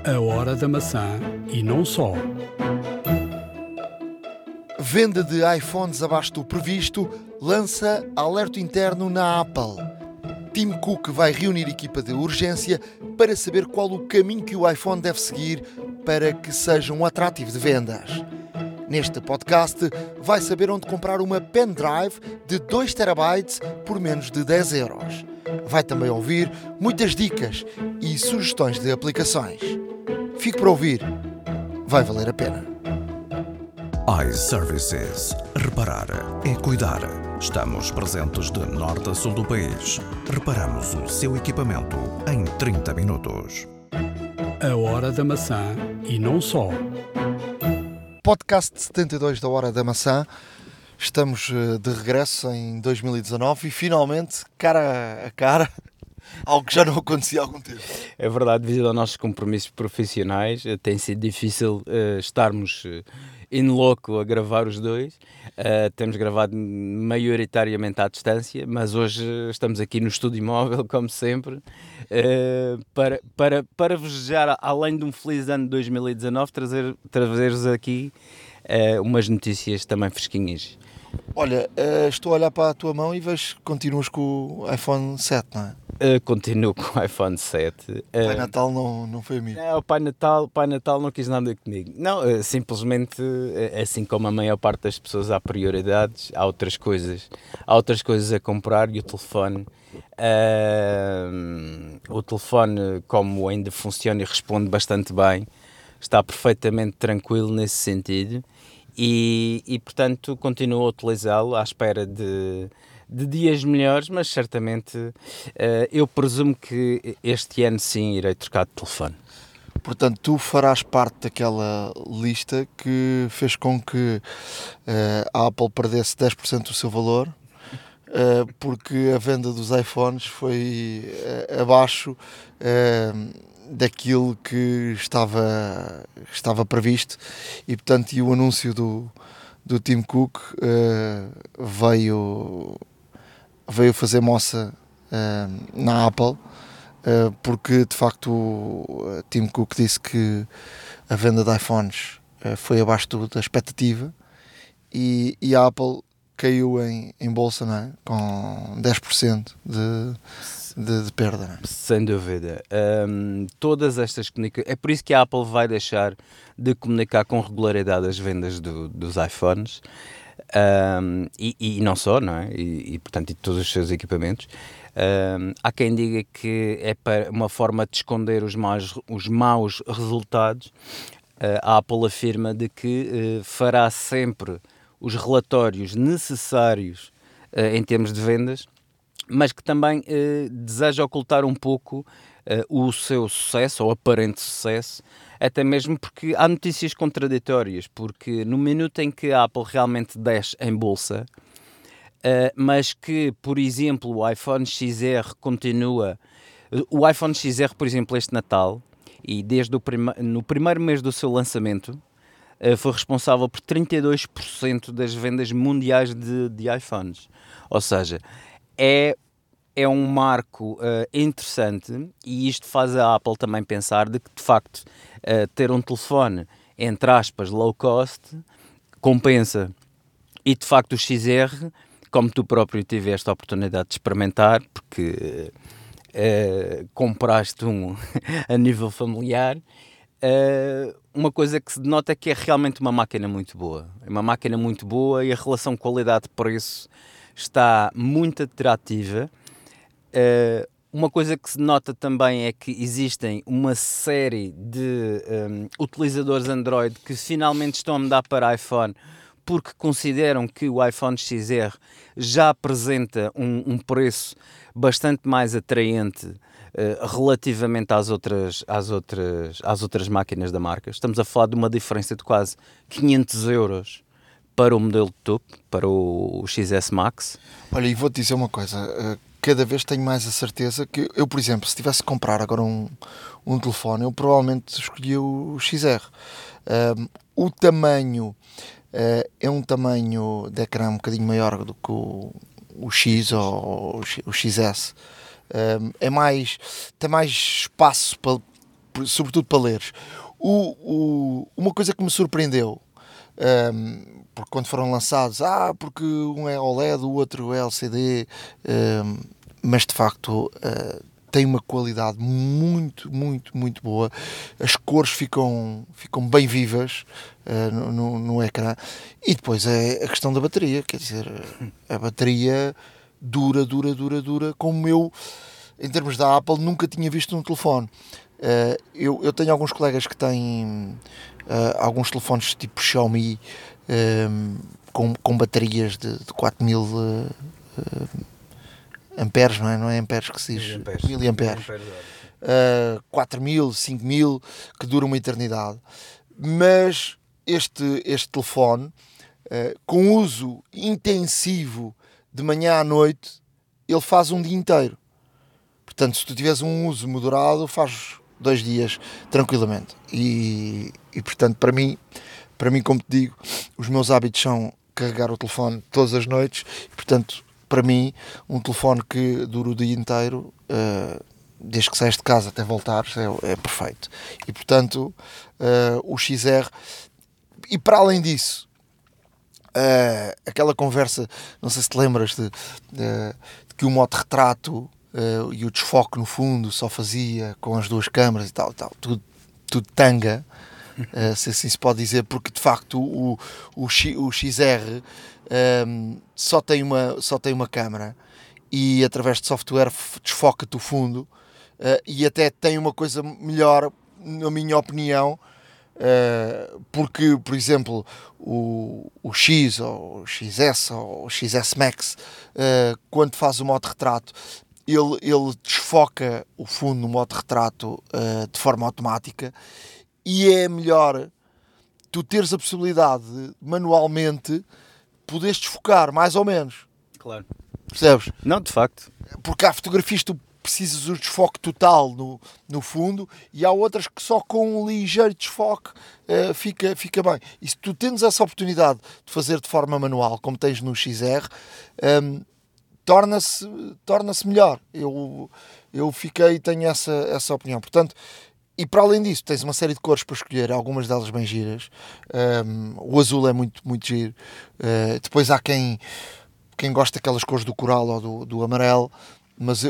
A hora da maçã e não só. Venda de iPhones abaixo do previsto lança alerta interno na Apple. Tim Cook vai reunir equipa de urgência para saber qual o caminho que o iPhone deve seguir para que seja um atrativo de vendas. Neste podcast vai saber onde comprar uma pendrive de 2 TB por menos de 10 euros. Vai também ouvir muitas dicas e sugestões de aplicações. Fique para ouvir, vai valer a pena. iServices. Reparar é cuidar. Estamos presentes de norte a sul do país. Reparamos o seu equipamento em 30 minutos. A hora da maçã e não só. Podcast 72 da Hora da Maçã. Estamos de regresso em 2019 e finalmente, cara a cara, algo que já não acontecia há algum tempo. É verdade, devido aos nossos compromissos profissionais, tem sido difícil estarmos in loco a gravar os dois. Temos gravado maioritariamente à distância, mas hoje estamos aqui no estúdio móvel, como sempre, para vos desejar, além de um feliz ano de 2019, trazer-vos aqui umas notícias também fresquinhas. Olha, estou a olhar para a tua mão e vejo que continuas com o iPhone 7, não é? Continuo com o iPhone 7. Pai Natal não foi amigo. Não, o Pai Natal não quis nada comigo. Não, simplesmente, assim como a maior parte das pessoas há prioridades, há outras coisas a comprar e o telefone, como ainda funciona e responde bastante bem, está perfeitamente tranquilo nesse sentido e portanto, continuo a utilizá-lo à espera de dias melhores, mas certamente eu presumo que este ano sim irei trocar de telefone. Portanto, tu farás parte daquela lista que fez com que a Apple perdesse 10% do seu valor, porque a venda dos iPhones foi abaixo daquilo que estava previsto e, portanto, o anúncio do Tim Cook veio fazer moça na Apple, porque de facto o Tim Cook disse que a venda de iPhones foi abaixo da expectativa e a Apple caiu em bolsa, não é? Com 10% de perda. Não é? Sem dúvida. Todas estas comunicações... É por isso que a Apple vai deixar de comunicar com regularidade as vendas dos iPhones. E não só, não é? E portanto, e todos os seus equipamentos. Há quem diga que é para uma forma de esconder os maus resultados. A Apple afirma de que fará sempre os relatórios necessários em termos de vendas, mas que também deseja ocultar um pouco o seu sucesso, ou aparente sucesso, até mesmo porque há notícias contraditórias, porque no minuto em que a Apple realmente desce em bolsa, mas que, por exemplo, o iPhone XR continua... O iPhone XR, por exemplo, este Natal, e desde no primeiro mês do seu lançamento, foi responsável por 32% das vendas mundiais de iPhones. Ou seja, é um marco interessante e isto faz a Apple também pensar de que, de facto, ter um telefone, entre aspas, low cost, compensa. E, de facto, o XR, como tu próprio tiveste a oportunidade de experimentar, porque compraste um a nível familiar, uma coisa que se denota é que é realmente uma máquina muito boa. É uma máquina muito boa e a relação qualidade-preço está muito atrativa. Uma coisa que se nota também é que existem uma série de utilizadores Android que finalmente estão a mudar para iPhone porque consideram que o iPhone XR já apresenta um preço bastante mais atraente relativamente às outras máquinas da marca. Estamos a falar de uma diferença de quase 500 euros para o modelo de topo, para o XS Max. Olha, e vou-te dizer uma coisa, cada vez tenho mais a certeza que eu, por exemplo, se tivesse que comprar agora um telefone, eu provavelmente escolhia o XR. O tamanho é um tamanho de ecrã um bocadinho maior do que o X ou o XS. Tem mais espaço sobretudo para leres. Uma coisa que me surpreendeu, porque quando foram lançados, porque um é OLED, o outro é LCD, mas de facto tem uma qualidade muito, muito, muito boa. As cores ficam bem vivas no ecrã. E depois é a questão da bateria, quer dizer, a bateria dura, como eu, em termos da Apple, nunca tinha visto num telefone. Eu tenho alguns colegas que têm alguns telefones tipo Xiaomi com baterias de 4000 amperes, não é amperes que se diz? Miliamperes. 4000, 5000, que dura uma eternidade. Mas este telefone, com uso intensivo de manhã à noite, ele faz um dia inteiro. Portanto, se tu tiveres um uso moderado, faz 2 dias tranquilamente. E portanto, para mim, como te digo, os meus hábitos são carregar o telefone todas as noites. E, portanto, para mim, um telefone que dura o dia inteiro, desde que saias de casa até voltares, é perfeito. E portanto, o XR, e para além disso, aquela conversa, não sei se te lembras de que o modo retrato e o desfoque no fundo só fazia com as 2 câmaras e tal, tudo tanga, se assim se pode dizer, porque de facto o XR só tem uma câmara e através de software desfoca-te o fundo, e até tem uma coisa melhor, na minha opinião, porque, por exemplo, o X ou o XS ou o XS Max, quando faz o modo retrato, ele desfoca o fundo no modo retrato de forma automática, e é melhor tu teres a possibilidade de manualmente poderes desfocar, mais ou menos. Claro. Percebes? Não, de facto. Porque há fotografias que tu precisas do desfoque total no fundo, e há outras que só com um ligeiro desfoque fica bem. E se tu tens essa oportunidade de fazer de forma manual, como tens no XR, torna-se melhor. Eu tenho essa opinião. Portanto, e para além disso, tens uma série de cores para escolher, algumas delas bem giras. O azul é muito, muito giro. Depois há quem gosta daquelas cores do coral ou do amarelo, mas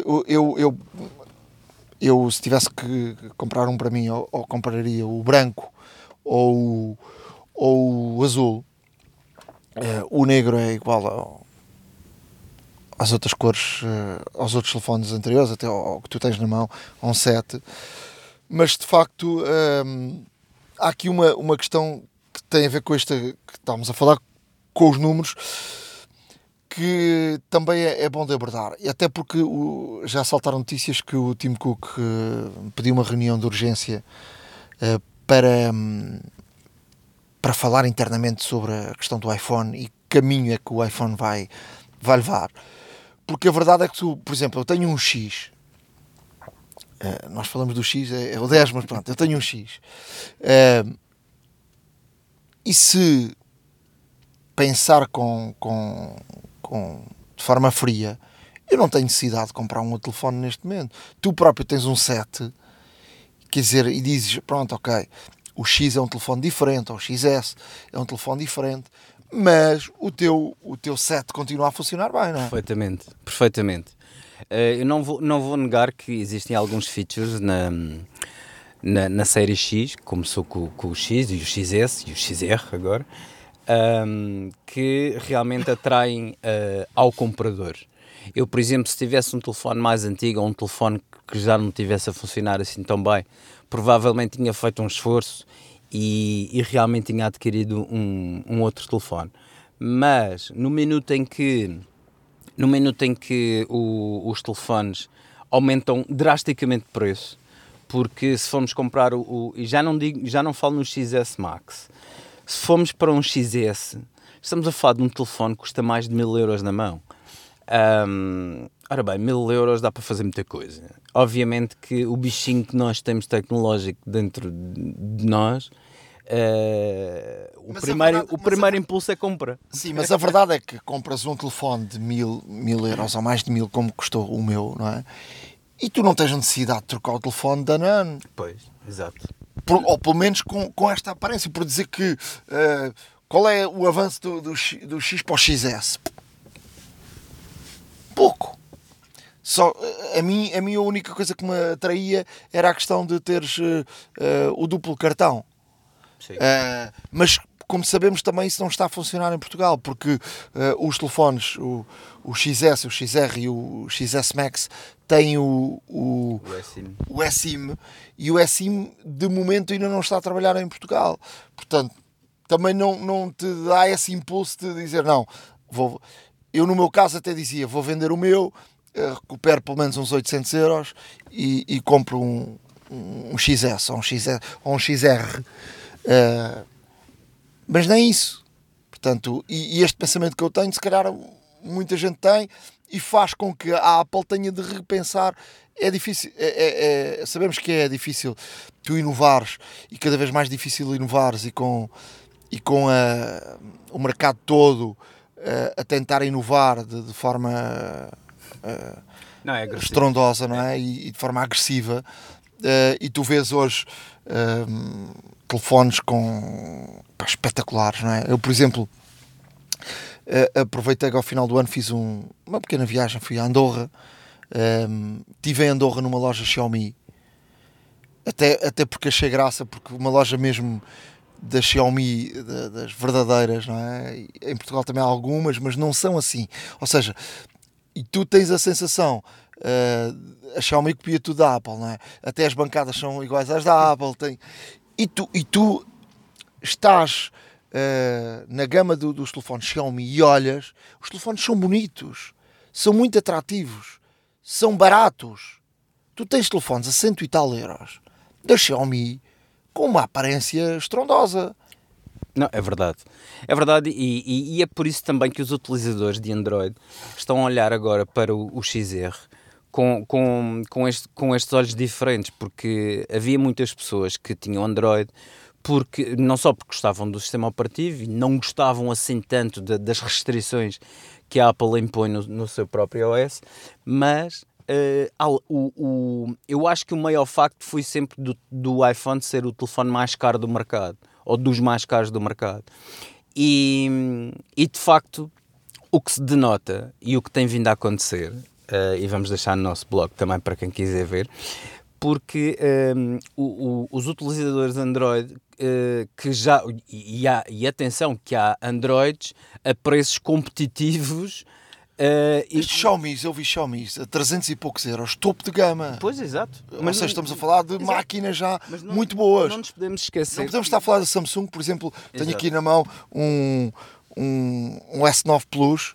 eu se tivesse que comprar um para mim, ou compraria o branco ou o azul. O negro é igual às outras cores, aos outros telefones anteriores, até ao que tu tens na mão, a um 7. Mas de facto há aqui uma questão que tem a ver com esta que estávamos a falar, com os números, que também é bom de abordar. E até porque já saltaram notícias que o Tim Cook pediu uma reunião de urgência para falar internamente sobre a questão do iPhone e que caminho é que o iPhone vai levar. Porque a verdade é que por exemplo, eu tenho um X. Nós falamos do X, é o 10, mas pronto, eu tenho um X. E se pensar de forma fria, eu não tenho necessidade de comprar um outro telefone neste momento. Tu próprio tens um 7, quer dizer, e dizes, pronto, ok, o X é um telefone diferente, ou o XS é um telefone diferente, mas o teu 7 continua a funcionar bem, não é? Perfeitamente. Eu não vou negar que existem alguns features na série X, começou com o X e o XS e o XR agora, que realmente atraem ao comprador. Eu, por exemplo, se tivesse um telefone mais antigo ou um telefone que já não tivesse a funcionar assim tão bem, provavelmente tinha feito um esforço e realmente tinha adquirido um outro telefone. Mas no minuto em que os telefones aumentam drasticamente de preço, porque se formos comprar e já não falo no XS Max, se formos para um XS, estamos a falar de um telefone que custa mais de 1000 euros na mão. Ora bem, 1000 euros dá para fazer muita coisa. Obviamente que o bichinho que nós temos tecnológico dentro de nós, o primeiro impulso é compra. Sim, mas a verdade é que compras um telefone de 1000 euros ou mais de 1000, como custou o meu, não é? E tu não tens necessidade de trocar o telefone de ano a ano. Pois, exato. Ou pelo menos com esta aparência, por dizer que qual é o avanço do X para o XS? Pouco. Só, a mim a única coisa que me atraía era a questão de teres o duplo cartão. Mas como sabemos também isso não está a funcionar em Portugal, porque os telefones, o XS, o XR e o XS Max têm o eSIM, e o eSIM de momento ainda não está a trabalhar em Portugal. Portanto, também não te dá esse impulso de dizer não, eu no meu caso até dizia, vou vender o meu, recupero pelo menos uns 800 euros e compro um XS ou um XR. Mas nem isso. Portanto, e este pensamento que eu tenho, se calhar muita gente tem, e faz com que a Apple tenha de repensar. É difícil, sabemos que é difícil tu inovares, e cada vez mais difícil inovares, e com o mercado todo a tentar inovar de forma estrondosa, não é? E de forma agressiva. E tu vês hoje telefones espetaculares, não é? Eu, por exemplo, aproveitei que ao final do ano fiz uma pequena viagem, fui a Andorra, estive em Andorra numa loja Xiaomi, até porque achei graça, porque uma loja mesmo da Xiaomi, das verdadeiras, não é? Em Portugal também há algumas, mas não são assim. Ou seja, e tu tens a sensação, a Xiaomi copia tudo da Apple, não é? Até as bancadas são iguais às da Apple, e tu estás na gama dos telefones Xiaomi e olhas, os telefones são bonitos, são muito atrativos, são baratos. Tu tens telefones a 100 e tal euros da Xiaomi com uma aparência estrondosa. Não, é verdade. É verdade, e é por isso também que os utilizadores de Android estão a olhar agora para o XR com estes olhos diferentes, porque havia muitas pessoas que tinham Android não só porque gostavam do sistema operativo e não gostavam assim tanto das restrições que a Apple impõe no seu próprio OS, mas eu acho que o maior facto foi sempre do iPhone ser o telefone mais caro do mercado, ou dos mais caros do mercado. E de facto, o que se denota e o que tem vindo a acontecer, e vamos deixar no nosso blog também para quem quiser ver, porque os utilizadores Android que já... E atenção, que há Androids a preços competitivos. Estes Xiaomis, eu vi Xiaomis a 300 e poucos euros, topo de gama. Pois, exato. Ou seja, estamos a falar de máquinas já muito boas. Não nos podemos esquecer. Não podemos estar a falar da Samsung, por exemplo. Tenho aqui na mão um S9 Plus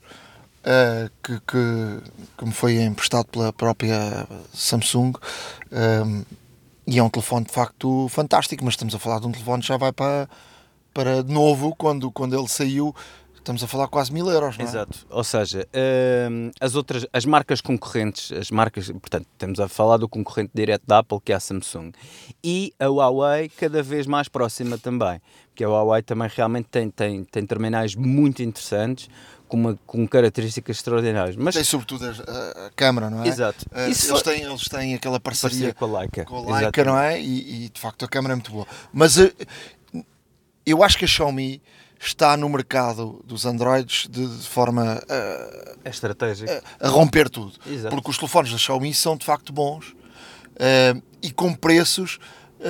que me foi emprestado pela própria Samsung, e é um telefone de facto fantástico, mas estamos a falar de um telefone que já vai para de novo, quando ele saiu. Estamos a falar quase 1000 euros, não é? Exato. Ou seja, as marcas concorrentes, portanto, estamos a falar do concorrente direto da Apple, que é a Samsung, e a Huawei cada vez mais próxima também, porque a Huawei também realmente tem terminais muito interessantes, com características extraordinárias. Mas... tem sobretudo a câmara, não é? Exato. Eles têm aquela parceria com a Leica. Não é? E de facto a câmara é muito boa. Mas eu acho que a Xiaomi está no mercado dos Androids de forma estratégica a romper tudo. Exato. Porque os telefones da Xiaomi são de facto bons, e com preços.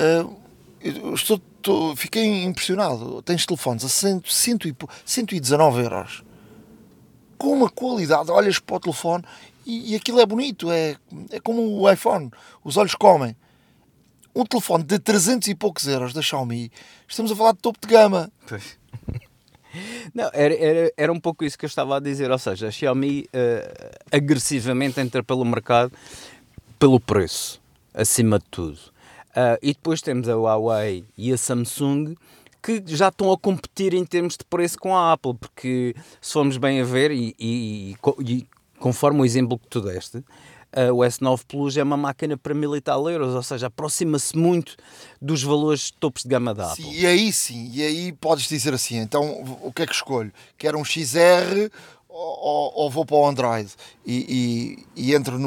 Fiquei impressionado. Tens telefones a 119 euros com uma qualidade. Olhas para o telefone e aquilo é bonito. É como o iPhone, os olhos comem. Um telefone de 300 e poucos euros da Xiaomi, estamos a falar de topo de gama. Pois. Não, era um pouco isso que eu estava a dizer, ou seja, a Xiaomi agressivamente entra pelo mercado pelo preço, acima de tudo. E depois temos a Huawei e a Samsung, que já estão a competir em termos de preço com a Apple, porque se formos bem a ver, e conforme o exemplo que tu deste, o S9 Plus é uma máquina para 1000 e tal euros, ou seja, aproxima-se muito dos valores de topos de gama da Apple. Sim, e aí podes dizer assim, então o que é que escolho? Quero um XR ou vou para o Android e entro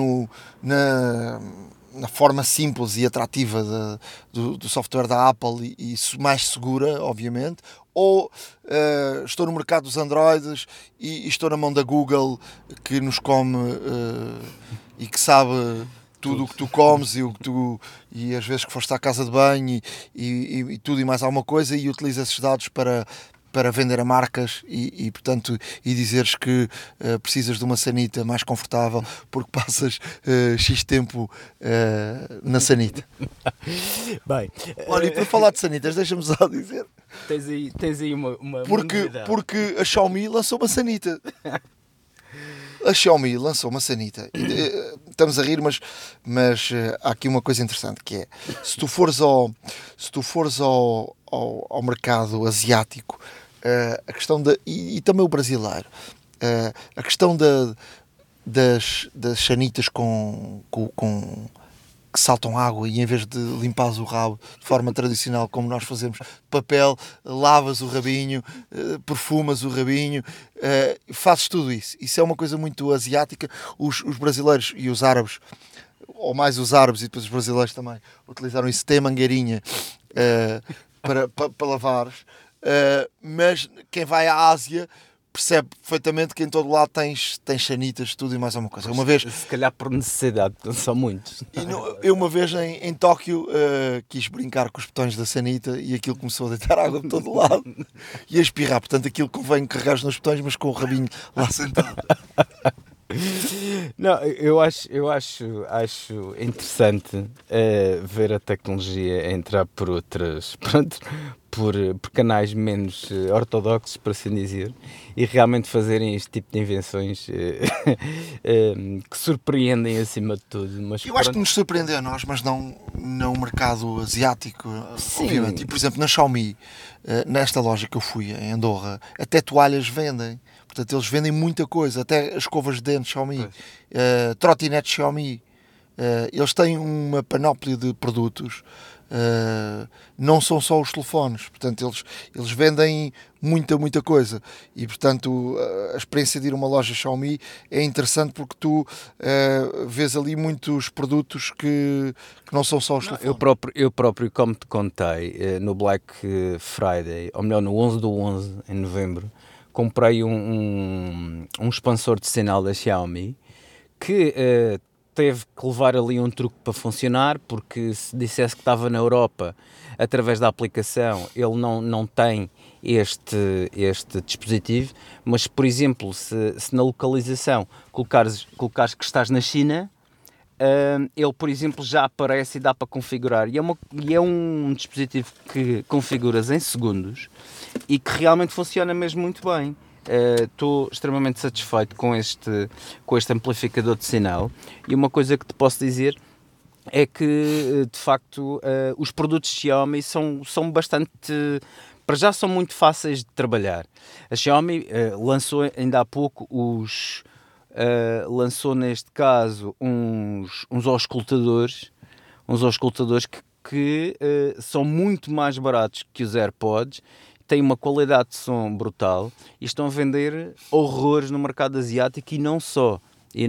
na forma simples e atrativa do software da Apple e mais segura, obviamente, ou estou no mercado dos Androids e estou na mão da Google, que nos come e que sabe tudo o que tu comes e às vezes que foste à casa de banho e tudo e mais alguma coisa, e utiliza esses dados para vender a marcas portanto, e dizeres que precisas de uma sanita mais confortável porque passas X tempo na sanita. Bem, olha, e para falar de sanitas, deixa-me só dizer, tens aí uma porque a Xiaomi lançou uma sanita. A Xiaomi lançou uma sanita. Estamos a rir, mas há aqui uma coisa interessante, que é, se tu fores ao mercado asiático, a questão e também o brasileiro, a questão das sanitas que saltam água, e em vez de limpares o rabo de forma tradicional como nós fazemos, papel, lavas o rabinho, perfumas o rabinho, fazes tudo isso. Isso é uma coisa muito asiática. Os brasileiros e os árabes, ou mais os árabes e depois os brasileiros também, utilizaram isso, tem mangueirinha para lavares, mas quem vai à Ásia percebe perfeitamente que em todo lado tens sanitas, tudo e mais alguma coisa. Uma vez, se calhar por necessidade, não são muitos. Eu uma vez em Tóquio quis brincar com os botões da sanita e aquilo começou a deitar água de todo lado e a espirrar. Portanto, aquilo convém carregar nos botões, mas com o rabinho lá sentado. Não, eu acho interessante ver a tecnologia entrar por outras, por canais menos ortodoxos, por assim dizer, e realmente fazerem este tipo de invenções que surpreendem acima de tudo. Mas eu acho que nos surpreende a nós, mas não o mercado asiático, sim, obviamente. E, por exemplo, na Xiaomi, nesta loja que eu fui, em Andorra, até toalhas vendem. Portanto, eles vendem muita coisa, até escovas de dentes Xiaomi, trotinetes Xiaomi. Eles têm uma panóplia de produtos, não são só os telefones. Portanto, eles vendem muita coisa. E, portanto, a experiência de ir a uma loja Xiaomi é interessante porque tu vês ali muitos produtos que não são só os telefones. Eu próprio, como te contei, no Black Friday, ou melhor, no 11/11, em novembro, comprei um expansor de sinal da Xiaomi que teve que levar ali um truque para funcionar, porque se dissesse que estava na Europa através da aplicação, ele não tem este dispositivo, mas, por exemplo, se na localização colocares que estás na China, ele, por exemplo, já aparece e dá para configurar. E é um dispositivo que configuras em segundos e que realmente funciona mesmo muito bem. Estou extremamente satisfeito com este amplificador de sinal, e uma coisa que te posso dizer é que, de facto, os produtos Xiaomi são bastante... Para já são muito fáceis de trabalhar. A Xiaomi lançou ainda há pouco lançou neste caso uns auscultadores que são muito mais baratos que os AirPods, têm uma qualidade de som brutal e estão a vender horrores no mercado asiático, e não só.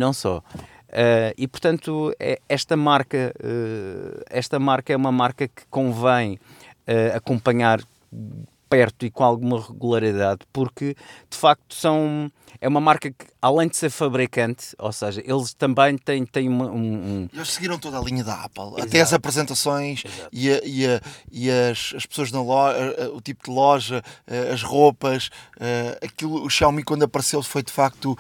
E portanto, esta marca é uma marca que convém acompanhar perto e com alguma regularidade, porque de facto é uma marca que, além de ser fabricante, ou seja, eles também têm Eles seguiram toda a linha da Apple. Exato. Até as apresentações. Exato. E as pessoas na loja, o tipo de loja, as roupas, o Xiaomi, quando apareceu, foi de facto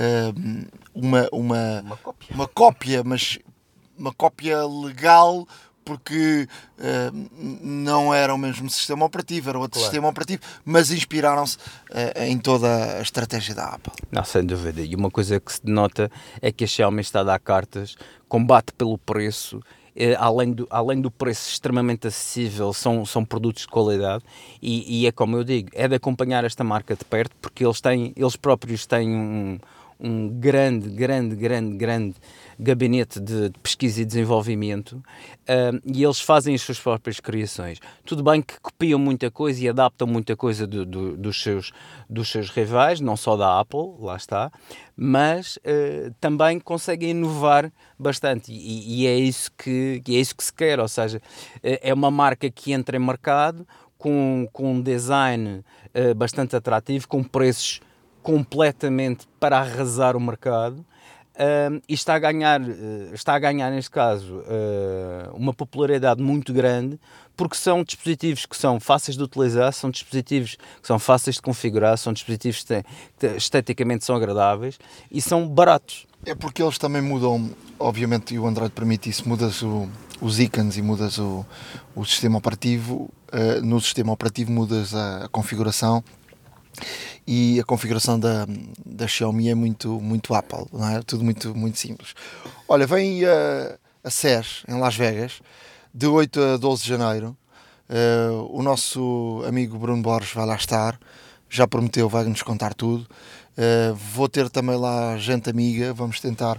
uma cópia, mas uma cópia legal, porque não era o mesmo sistema operativo, era outro sistema operativo, mas inspiraram-se em toda a estratégia da Apple. Não, sem dúvida. E uma coisa que se nota é que a Xiaomi está a dar cartas, combate pelo preço, além do preço extremamente acessível, são produtos de qualidade, e é como eu digo, é de acompanhar esta marca de perto, porque eles próprios têm um grande gabinete de pesquisa e desenvolvimento, e eles fazem as suas próprias criações. Tudo bem que copiam muita coisa e adaptam muita coisa dos seus rivais, não só da Apple, lá está, mas também conseguem inovar bastante, e é isso que se quer, ou seja, é uma marca que entra em mercado com um design bastante atrativo, com preços completamente para arrasar o mercado, e está a ganhar neste caso uma popularidade muito grande, porque são dispositivos que são fáceis de utilizar, são dispositivos que são fáceis de configurar, são dispositivos que esteticamente são agradáveis e são baratos. É porque eles também mudam, obviamente, e o Android permite isso, mudas os ícones e mudas o sistema operativo, no sistema operativo mudas a configuração, e a configuração da Xiaomi é muito Apple, não é? Tudo muito simples. Olha, vem a CES em Las Vegas, de 8 a 12 de janeiro. O nosso amigo Bruno Borges vai lá estar, já prometeu, vai-nos contar tudo. Vou ter também lá gente amiga, vamos tentar,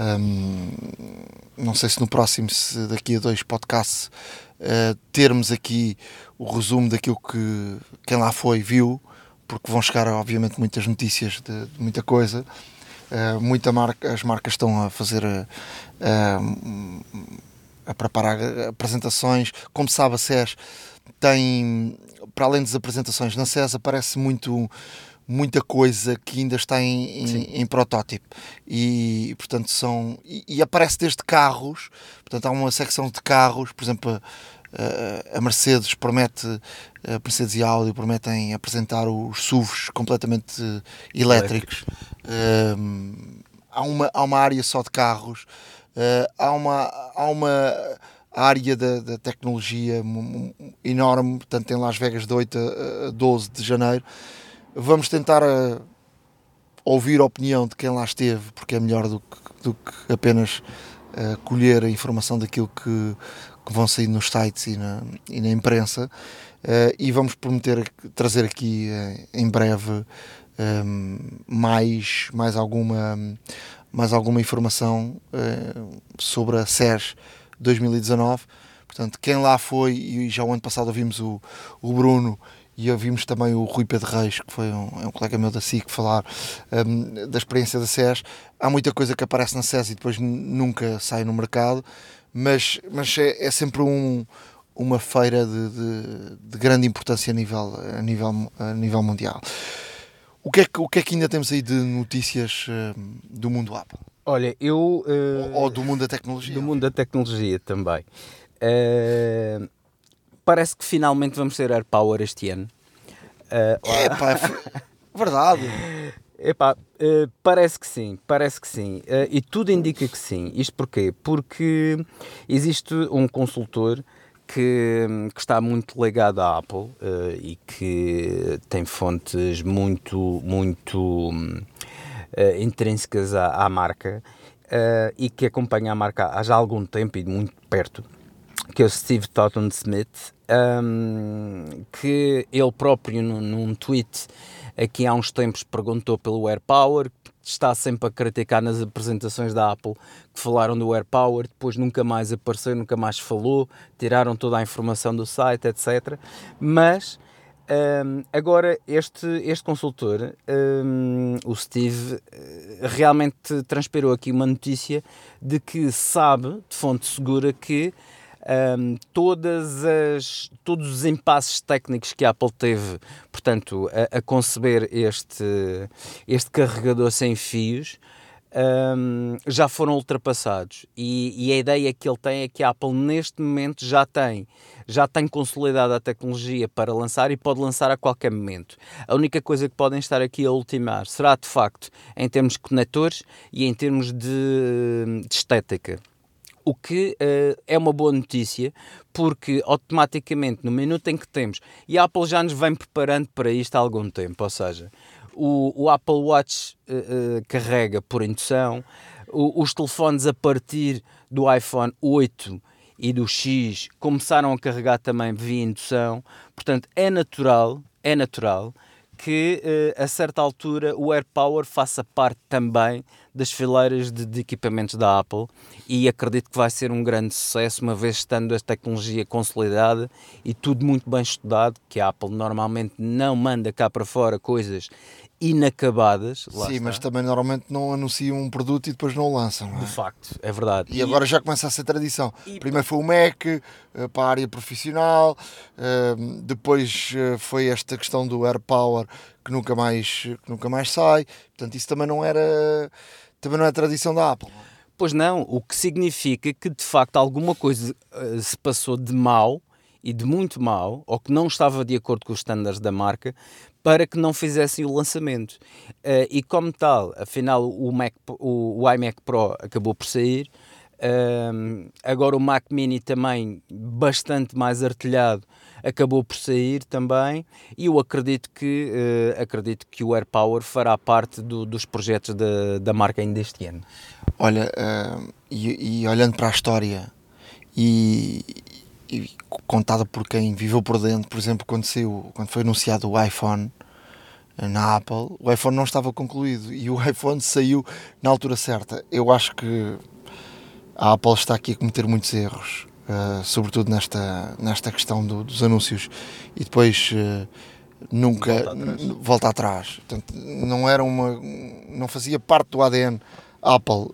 não sei se no próximo, se daqui a 2 podcasts, termos aqui o resumo daquilo que quem lá foi viu, porque vão chegar obviamente muitas notícias de muita coisa. As marcas estão a fazer a preparar apresentações. Como sabe, a CES tem, para além das apresentações na CES, aparece muita coisa que ainda está em protótipo, e portanto e aparece desde carros. Portanto, há uma secção de carros, por exemplo, a Mercedes a Mercedes e a Audi prometem apresentar os SUVs completamente elétricos. Há uma área só de carros, há uma área da tecnologia enorme, portanto, em Las Vegas, de 8 a 12 de janeiro. Vamos tentar ouvir a opinião de quem lá esteve, porque é melhor do que apenas colher a informação daquilo que vão sair nos sites e na imprensa, e vamos prometer trazer aqui em breve mais alguma informação sobre a CES 2019. Portanto, quem lá foi, e já o ano passado ouvimos o Bruno e ouvimos também o Rui Pedro Reis, que foi um colega meu da SIC, falar da experiência da CES. Há muita coisa que aparece na CES e depois nunca sai no mercado, mas é sempre uma feira de grande importância a nível mundial. O que é que ainda temos aí de notícias do mundo Apple? Olha, ou do mundo da tecnologia? Do mundo da tecnologia também. Parece que finalmente vamos ter AirPower este ano. Verdade. Parece que sim. E tudo indica que sim. Isto porquê? Porque existe um consultor que está muito ligado à Apple, e que tem fontes muito intrínsecas à marca, e que acompanha a marca há já algum tempo e de muito perto, que é o Steve Totten-Smith, que ele próprio num tweet aqui há uns tempos perguntou pelo AirPower, está sempre a criticar nas apresentações da Apple que falaram do AirPower, depois nunca mais apareceu, nunca mais falou, tiraram toda a informação do site, etc. Mas agora este consultor, o Steve, realmente transpirou aqui uma notícia de que sabe, de fonte segura, que todos os impasses técnicos que a Apple teve, portanto, a conceber este carregador sem fios, já foram ultrapassados, e a ideia que ele tem é que a Apple neste momento já tem consolidado a tecnologia para lançar, e pode lançar a qualquer momento. A única coisa que podem estar aqui a ultimar será, de facto, em termos de conectores e em termos de estética. O que é uma boa notícia, porque automaticamente no minuto em que temos, e a Apple já nos vem preparando para isto há algum tempo, ou seja, o Apple Watch carrega por indução, os telefones a partir do iPhone 8 e do X começaram a carregar também via indução. Portanto, é natural que a certa altura o AirPower faça parte também das fileiras de equipamentos da Apple, e acredito que vai ser um grande sucesso, uma vez estando a tecnologia consolidada e tudo muito bem estudado, que a Apple normalmente não manda cá para fora coisas inacabadas. Sim, mas também normalmente não anunciam um produto e depois não o lançam, não é? De facto, é verdade. E agora já começa a ser tradição. Primeiro foi o Mac, para a área profissional, depois foi esta questão do AirPower, que nunca mais sai. Portanto, isso também não é tradição da Apple. Pois não, o que significa que de facto alguma coisa se passou de mau e de muito mau, ou que não estava de acordo com os estándares da marca, para que não fizessem o lançamento. E como tal, afinal o iMac Pro acabou por sair, agora o Mac Mini também, bastante mais artilhado, acabou por sair também, e eu acredito que o AirPower fará parte dos projetos da marca ainda este ano. Olha, e olhando para a história e contada por quem viveu por dentro, por exemplo, quando foi anunciado o iPhone na Apple, o iPhone não estava concluído e o iPhone saiu na altura certa. Eu acho que a Apple está aqui a cometer muitos erros, sobretudo nesta questão dos anúncios, e depois nunca volta atrás. Portanto, não fazia parte do ADN Apple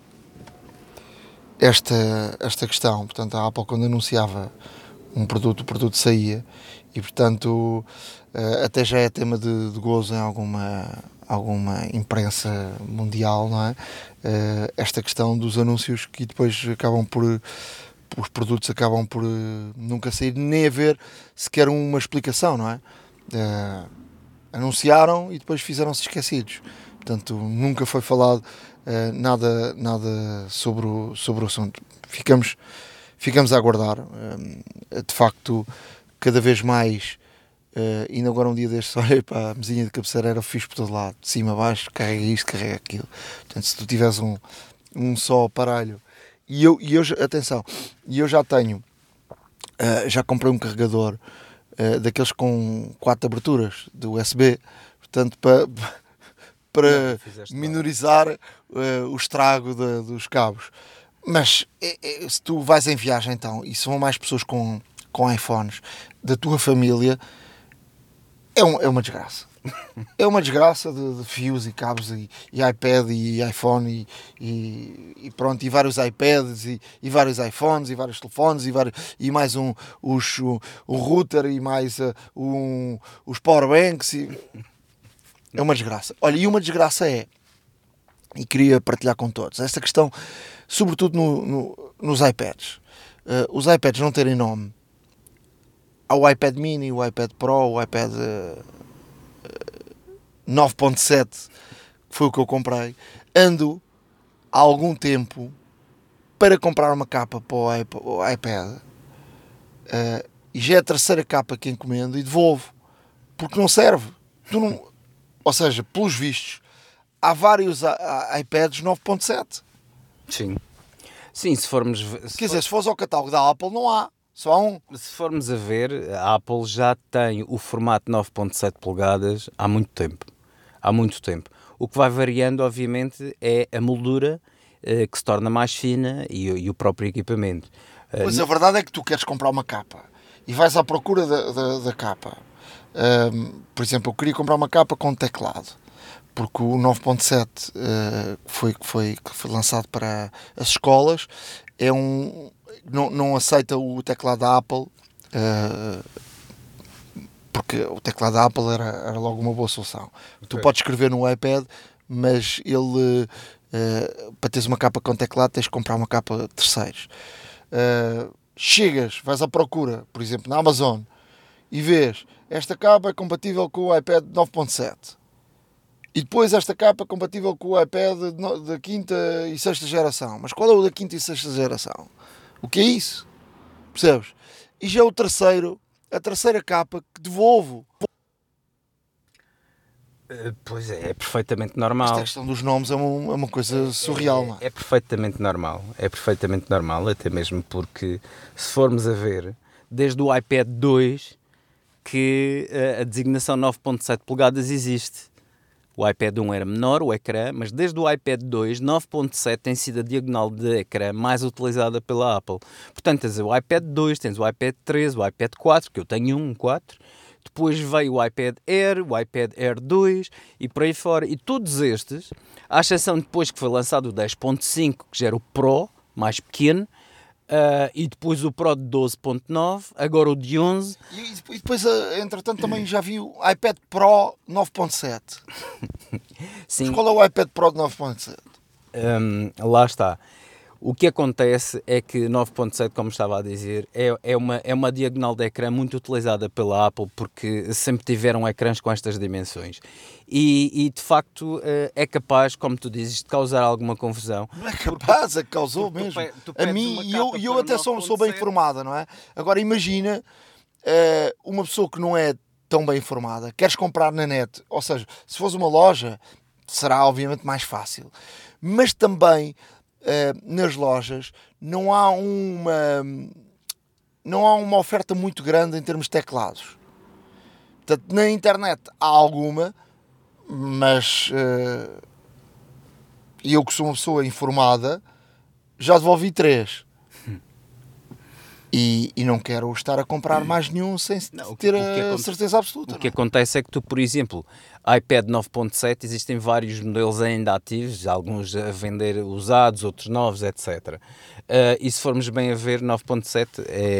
esta questão. Portanto, a Apple, quando anunciava um produto, o produto saía, e portanto até já é tema de gozo em alguma imprensa mundial, não é? Esta questão dos anúncios, que depois os produtos acabam por nunca sair, nem haver sequer uma explicação, não é? Anunciaram e depois fizeram-se esquecidos. Portanto, nunca foi falado nada sobre o assunto. Ficamos a aguardar. De facto, cada vez mais, ainda agora um dia destes, olhei para a mesinha de cabeceira, era fixe por todo lado, de cima a baixo, carrega isto, carrega aquilo. Portanto, se tu tiveres um só aparelho, e eu já tenho, já comprei um carregador daqueles com 4 aberturas do USB, portanto, para minorizar o estrago dos cabos. Mas se tu vais em viagem, então, e se vão mais pessoas com iPhones da tua família, é uma desgraça. É uma desgraça de fios e cabos e iPad e iPhone e pronto, e vários iPads e vários iPhones e vários telefones e mais o router e mais os powerbanks. É uma desgraça. Olha, e uma desgraça e queria partilhar com todos, esta questão, sobretudo nos iPads. Os iPads não terem nome. Há o iPad Mini, o iPad Pro, o iPad 9.7, que foi o que eu comprei. Ando há algum tempo para comprar uma capa para o iPad, e já é a terceira capa que encomendo e devolvo, porque não serve. Ou seja, pelos vistos, há vários iPads 9.7. Sim, se formos... Quer dizer, se fores ao catálogo da Apple, não há. Só há um. Se formos a ver, a Apple já tem o formato 9.7 polegadas há muito tempo. O que vai variando, obviamente, é a moldura, que se torna mais fina, e o próprio equipamento. Pois a verdade é que tu queres comprar uma capa e vais à procura da capa. Por exemplo, eu queria comprar uma capa com teclado, porque o 9.7 que foi lançado para as escolas não aceita o teclado da Apple, porque o teclado da Apple era logo uma boa solução. Okay. Tu podes escrever no iPad, mas ele, para teres uma capa com teclado, tens de comprar uma capa de terceiros. Vais à procura, por exemplo, na Amazon, e vês, esta capa é compatível com o iPad 9.7. E depois esta capa é compatível com o iPad da 5ª e 6ª geração. Mas qual é o da 5ª e 6ª geração? O que é isso? Percebes? E já é a terceira capa que devolvo. Pois é perfeitamente normal. Esta questão dos nomes é uma coisa surreal, não é? É perfeitamente normal, até mesmo porque, se formos a ver, desde o iPad 2, que a designação 9.7 polegadas existe. O iPad 1 era menor, o ecrã, mas desde o iPad 2, 9.7 tem sido a diagonal de ecrã mais utilizada pela Apple. Portanto, tens o iPad 2, tens o iPad 3, o iPad 4, que eu tenho um 4. Depois veio o iPad Air, o iPad Air 2 e por aí fora. E todos estes, à exceção depois que foi lançado o 10.5, que já era o Pro, mais pequeno, e depois o Pro de 12.9, agora o de 11. E depois, entretanto, também já vi o iPad Pro 9.7. Sim. Mas qual é o iPad Pro de 9.7? Lá está. O que acontece é que 9.7, como estava a dizer, é uma diagonal de ecrã muito utilizada pela Apple, porque sempre tiveram ecrãs com estas dimensões. E de facto é capaz, como tu dizes, de causar alguma confusão. Não é capaz, é que causou mesmo. A mim, e eu até sou bem informada, não é? Agora imagina uma pessoa que não é tão bem informada, queres comprar na net, ou seja, se fores uma loja, será obviamente mais fácil. Mas também nas lojas não há uma oferta muito grande em termos de teclados. Portanto, na internet há alguma, mas eu que sou uma pessoa informada já devolvi 3 e não quero estar a comprar mais nenhum sem ter a certeza absoluta. O que acontece é que tu, por exemplo, iPad 9.7, existem vários modelos ainda ativos, alguns a vender usados, outros novos, etc. E se formos bem a ver, 9.7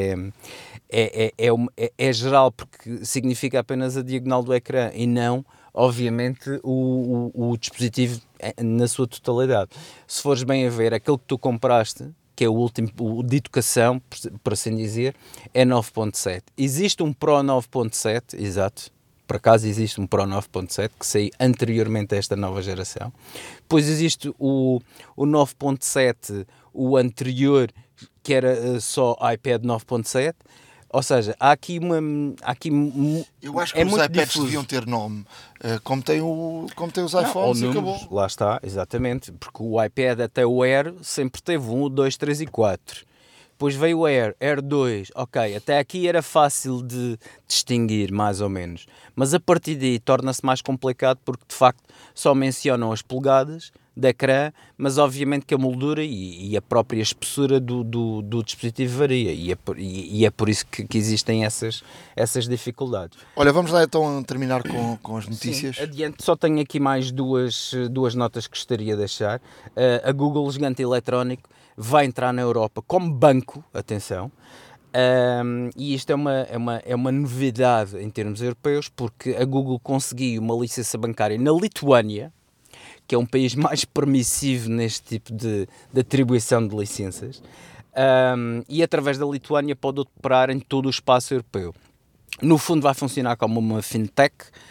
é geral, porque significa apenas a diagonal do ecrã e não, obviamente, o dispositivo na sua totalidade. Se fores bem a ver, aquele que tu compraste, que é o último, o de educação, por assim dizer, é 9.7. Existe um Pro 9.7, exato, por acaso existe um Pro 9.7, que saiu anteriormente a esta nova geração. Depois existe o 9.7, o anterior, que era só iPad 9.7. Ou seja, há aqui eu acho que os iPads deviam ter nome, como tem os iPhones e acabou. Lá está, exatamente, porque o iPad até o Air sempre teve 1, 2, 3 e 4. Depois veio o Air 2, ok, até aqui era fácil de distinguir, mais ou menos. Mas a partir daí torna-se mais complicado porque, de facto, só mencionam as polegadas de ecrã, mas obviamente que a moldura e a própria espessura do dispositivo varia. E é por isso que existem essas dificuldades. Olha, vamos lá então terminar com as notícias. Sim, adiante, só tenho aqui mais duas notas que gostaria de deixar. A Google, gigante eletrónico, vai entrar na Europa como banco, atenção, e isto é uma novidade em termos europeus, porque a Google conseguiu uma licença bancária na Lituânia, que é um país mais permissivo neste tipo de atribuição de licenças, e através da Lituânia pode operar em todo o espaço europeu. No fundo vai funcionar como uma fintech,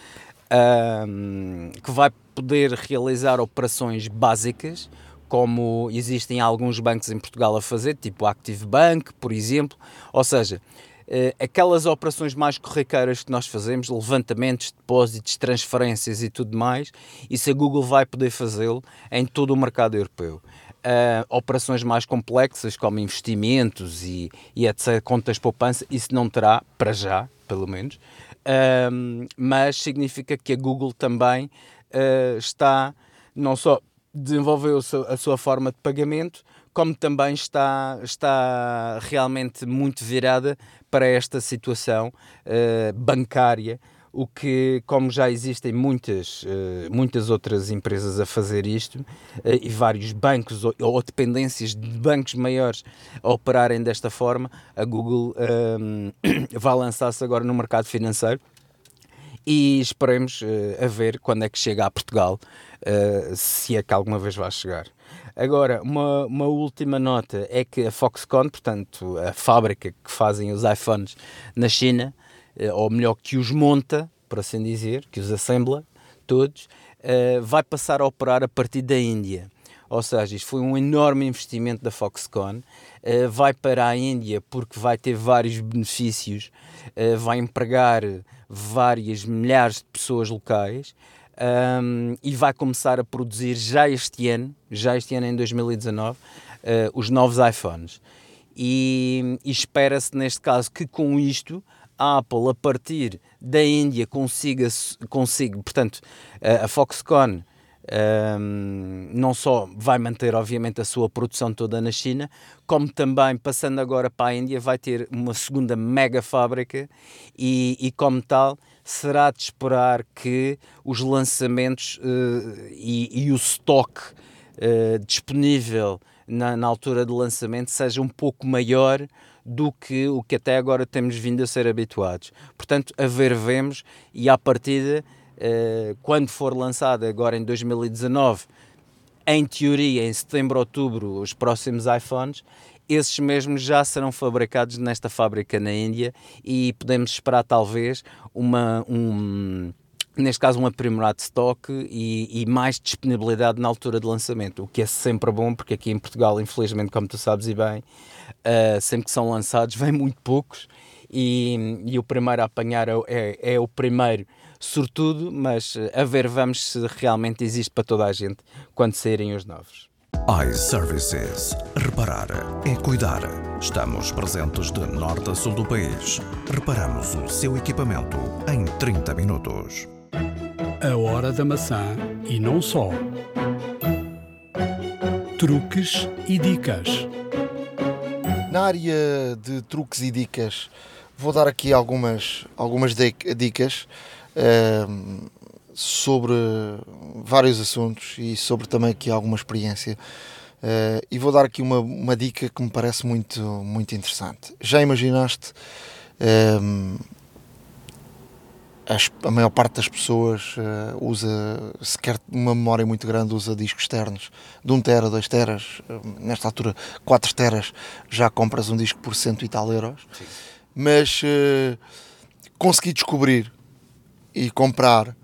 que vai poder realizar operações básicas, como existem alguns bancos em Portugal a fazer, tipo o Active Bank, por exemplo. Ou seja, aquelas operações mais corriqueiras que nós fazemos, levantamentos, depósitos, transferências e tudo mais, isso a Google vai poder fazê-lo em todo o mercado europeu. Operações mais complexas, como investimentos e etc., contas de poupança, isso não terá, para já, pelo menos, mas significa que a Google também está, não só desenvolveu a sua forma de pagamento, como também está realmente muito virada para esta situação bancária, o que, como já existem muitas outras empresas a fazer isto, e vários bancos ou dependências de bancos maiores a operarem desta forma, a Google vai lançar-se agora no mercado financeiro. E esperemos a ver quando é que chega a Portugal, se é que alguma vez vai chegar. Agora, uma última nota é que a Foxconn, portanto, a fábrica que fazem os iPhones na China, ou melhor, que os monta, por assim dizer, que os assembla todos, vai passar a operar a partir da Índia. Ou seja, isto foi um enorme investimento da Foxconn, vai para a Índia porque vai ter vários benefícios, vai empregar várias milhares de pessoas locais, e vai começar a produzir já este ano em 2019, os novos iPhones. E espera-se neste caso que com isto a Apple, a partir da Índia, consiga portanto, a Foxconn não só vai manter, obviamente, a sua produção toda na China, como também, passando agora para a Índia, vai ter uma segunda mega fábrica e como tal, será de esperar que os lançamentos e o stock disponível na altura de lançamento seja um pouco maior do que o que até agora temos vindo a ser habituados. Portanto, a ver vemos, e à partida, quando for lançada agora em 2019, em teoria em setembro, outubro, os próximos iPhones, esses mesmos já serão fabricados nesta fábrica na Índia e podemos esperar talvez neste caso um aprimorado de stock e mais disponibilidade na altura de lançamento, o que é sempre bom, porque aqui em Portugal, infelizmente, como tu sabes e bem, sempre que são lançados vêm muito poucos e o primeiro a apanhar é o primeiro sortudo, mas a ver vamos se realmente existe para toda a gente quando saírem os novos. iServices. Reparar é cuidar. Estamos presentes de norte a sul do país. Reparamos o seu equipamento em 30 minutos. A hora da maçã e não só. Truques e dicas. Na área de truques e dicas, vou dar aqui algumas dicas sobre vários assuntos e sobre também aqui alguma experiência. E vou dar aqui uma dica que me parece muito, muito interessante. Já imaginaste a maior parte das pessoas usa, se quer uma memória muito grande, usa discos externos de 1 tera, 2 teras, nesta altura 4 teras, já compras um disco por 100 e tal euros. Sim. Mas consegui descobrir e comprar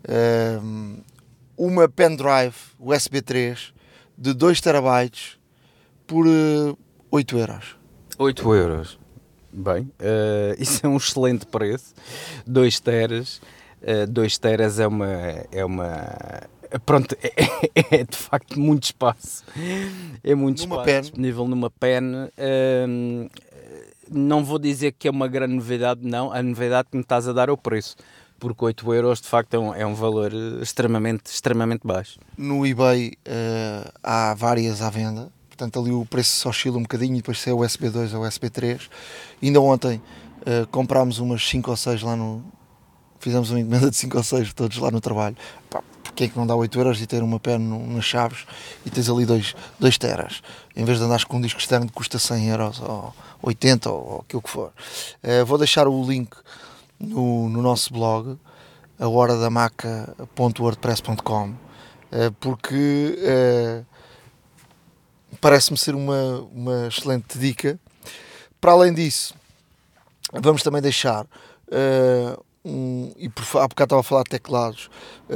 uma pendrive USB 3 de 2 terabytes por 8 euros. 8 euros. Bem, isso é um excelente preço. 2 teras. 2 teras é uma pronto, é de facto muito espaço. É muito numa espaço pen. Disponível numa pen. Não vou dizer que é uma grande novidade, não. A novidade que me estás a dar é o preço, porque 8 euros de facto é um valor extremamente baixo. No eBay há várias à venda, portanto ali o preço só oscila um bocadinho, e depois se é USB 2 ou USB 3. Ainda ontem comprámos umas 5 ou 6 lá fizemos uma encomenda de 5 ou 6 todos lá no trabalho. Pá, porque é que não dá 8 euros e ter uma pen nas chaves e tens ali 2 teras, em vez de andares com um disco externo que custa 100 euros ou 80 ou aquilo que for. Vou deixar o link no nosso blog, ahoradamaca.wordpress.com, porque parece-me ser uma excelente dica. Para além disso, vamos também deixar e há bocado estava a falar de teclados,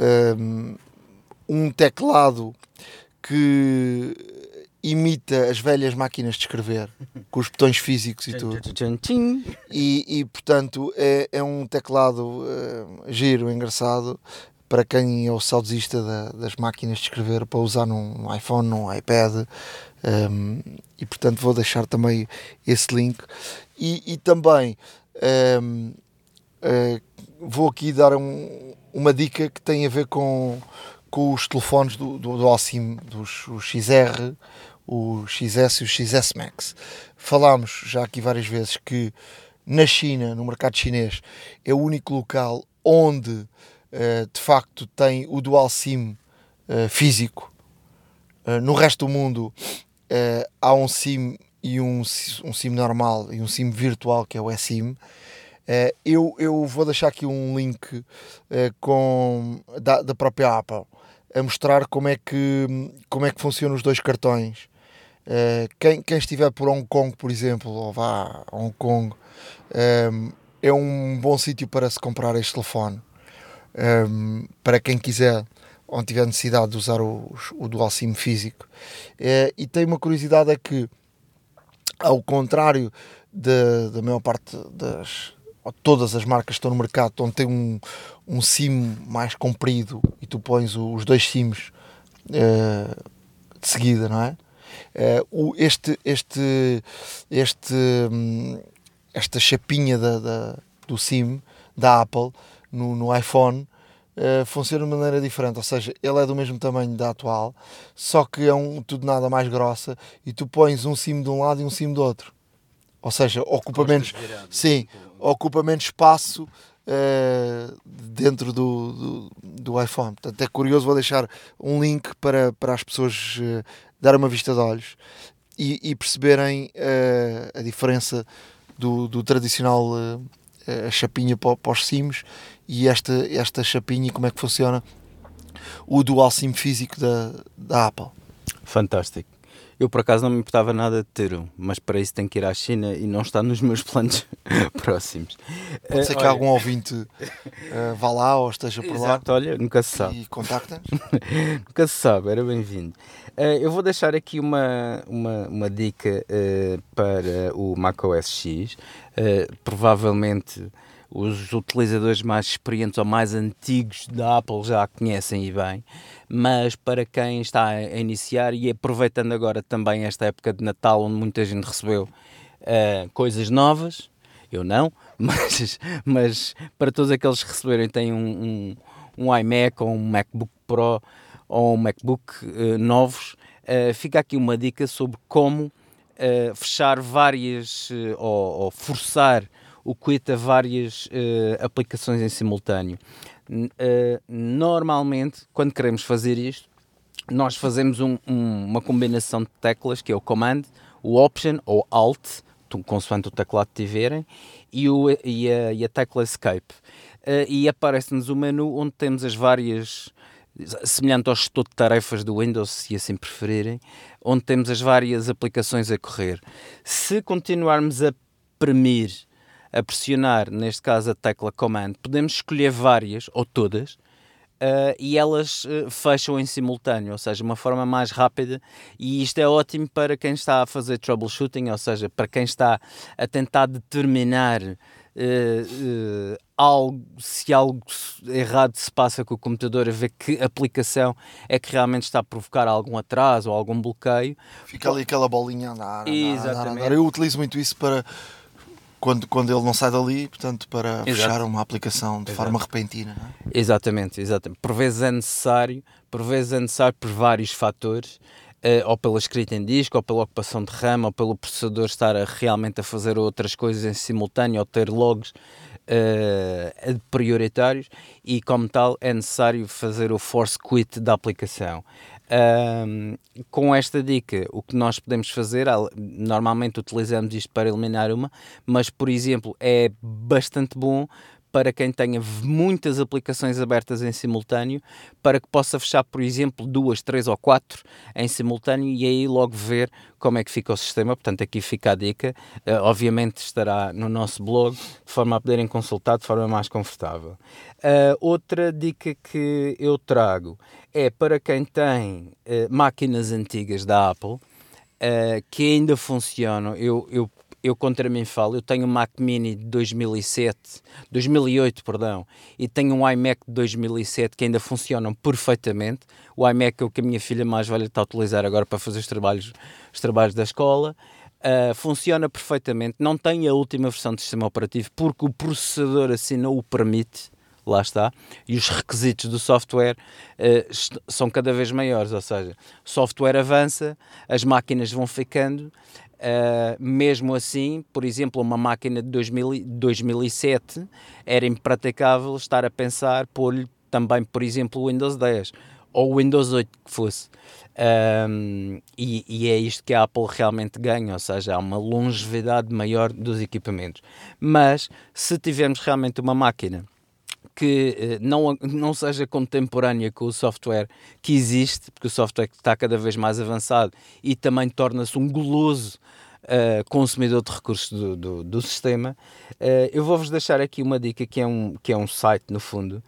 um teclado que imita as velhas máquinas de escrever, com os botões físicos e tudo. E portanto é um teclado giro, engraçado, para quem é o saudosista das máquinas de escrever, para usar num iPhone, num iPad. E portanto vou deixar também esse link. E também vou aqui dar uma dica que tem a ver com os telefones do Dual-SIM, o XR, o XS e o XS Max. Falámos já aqui várias vezes que na China, no mercado chinês, é o único local onde de facto tem o Dual-SIM físico. No resto do mundo há um SIM e um SIM normal e um SIM virtual, que é o eSIM. Eu vou deixar aqui um link da própria Apple a mostrar como é que funcionam os dois cartões. Quem estiver por Hong Kong, por exemplo, ou vá a Hong Kong, é um bom sítio para se comprar este telefone. Para quem quiser, onde tiver necessidade de usar o Dual SIM físico. E tem uma curiosidade, é que, ao contrário da maior parte todas as marcas que estão no mercado, onde tem um SIM mais comprido e tu pões os dois SIMs de seguida, não é? Esta chapinha do SIM da Apple no iPhone funciona de maneira diferente, ou seja, ele é do mesmo tamanho da atual, só que é tudo nada mais grossa, e tu pões um SIM de um lado e um SIM do outro, ou seja, ocupa menos espaço dentro do iPhone. Portanto, é curioso, vou deixar um link para as pessoas darem uma vista de olhos e perceberem a diferença do tradicional a chapinha para os SIMs e esta chapinha, e como é que funciona o dual SIM físico da Apple. Fantástico. Eu por acaso não me importava nada de ter um, mas para isso tenho que ir à China e não está nos meus planos próximos. Pode ser que algum ouvinte vá lá ou esteja por Exato, lá, olha, nunca se sabe. e contacta-nos. Nunca se sabe, era bem-vindo. Eu vou deixar aqui uma dica para o macOS X. Provavelmente os utilizadores mais experientes ou mais antigos da Apple já a conhecem e bem, mas para quem está a iniciar, e aproveitando agora também esta época de Natal, onde muita gente recebeu coisas novas, eu não, mas para todos aqueles que receberem, têm um iMac ou um MacBook Pro ou um MacBook novos, fica aqui uma dica sobre como fechar várias ou forçar o quit a várias aplicações em simultâneo. Normalmente, quando queremos fazer isto, nós fazemos uma combinação de teclas, que é o Command, o Option ou Alt, consoante o teclado que tiverem, e a tecla Escape. E aparece-nos o menu onde temos as várias, semelhante ao gestor de tarefas do Windows, se assim preferirem, onde temos as várias aplicações a correr. Se continuarmos a pressionar, neste caso a tecla Command, podemos escolher várias, ou todas, e elas fecham em simultâneo, ou seja, uma forma mais rápida, e isto é ótimo para quem está a fazer troubleshooting, ou seja, para quem está a tentar determinar se algo errado se passa com o computador, a ver que aplicação é que realmente está a provocar algum atraso ou algum bloqueio. Fica ali aquela bolinha a andar. Exatamente. Eu utilizo muito isso para quando ele não sai dali, portanto, para fechar uma aplicação de forma repentina. Não é? Exatamente. Por vezes é necessário por vários fatores, ou pela escrita em disco, ou pela ocupação de RAM, ou pelo processador estar realmente a fazer outras coisas em simultâneo, ou ter logs prioritários, e como tal é necessário fazer o force quit da aplicação. Com esta dica, o que nós podemos fazer, normalmente utilizamos isto para eliminar uma, mas por exemplo é bastante bom para quem tenha muitas aplicações abertas em simultâneo, para que possa fechar, por exemplo, 2, 3 ou 4 em simultâneo, e aí logo ver como é que fica o sistema. Portanto, aqui fica a dica. Obviamente estará no nosso blog, de forma a poderem consultar de forma mais confortável. Outra dica que eu trago é para quem tem máquinas antigas da Apple, que ainda funcionam. Eu contra mim falo, eu tenho um Mac Mini de 2008, e tenho um iMac de 2007 que ainda funcionam perfeitamente. O iMac é o que a minha filha mais velha está a utilizar agora para fazer os trabalhos da escola. Funciona perfeitamente, não tem a última versão do sistema operativo porque o processador assim não o permite, lá está, e os requisitos do software são cada vez maiores, ou seja, o software avança, as máquinas vão ficando. Mesmo assim, por exemplo, uma máquina de 2007 era impraticável estar a pensar pôr-lhe também, por exemplo, o Windows 10 ou o Windows 8 que fosse. E é isto que a Apple realmente ganha, ou seja, há uma longevidade maior dos equipamentos. Mas se tivermos realmente uma máquina que não seja contemporânea com o software que existe, porque o software está cada vez mais avançado e também torna-se um goloso consumidor de recursos do sistema, eu vou-vos deixar aqui uma dica que é um site, no fundo,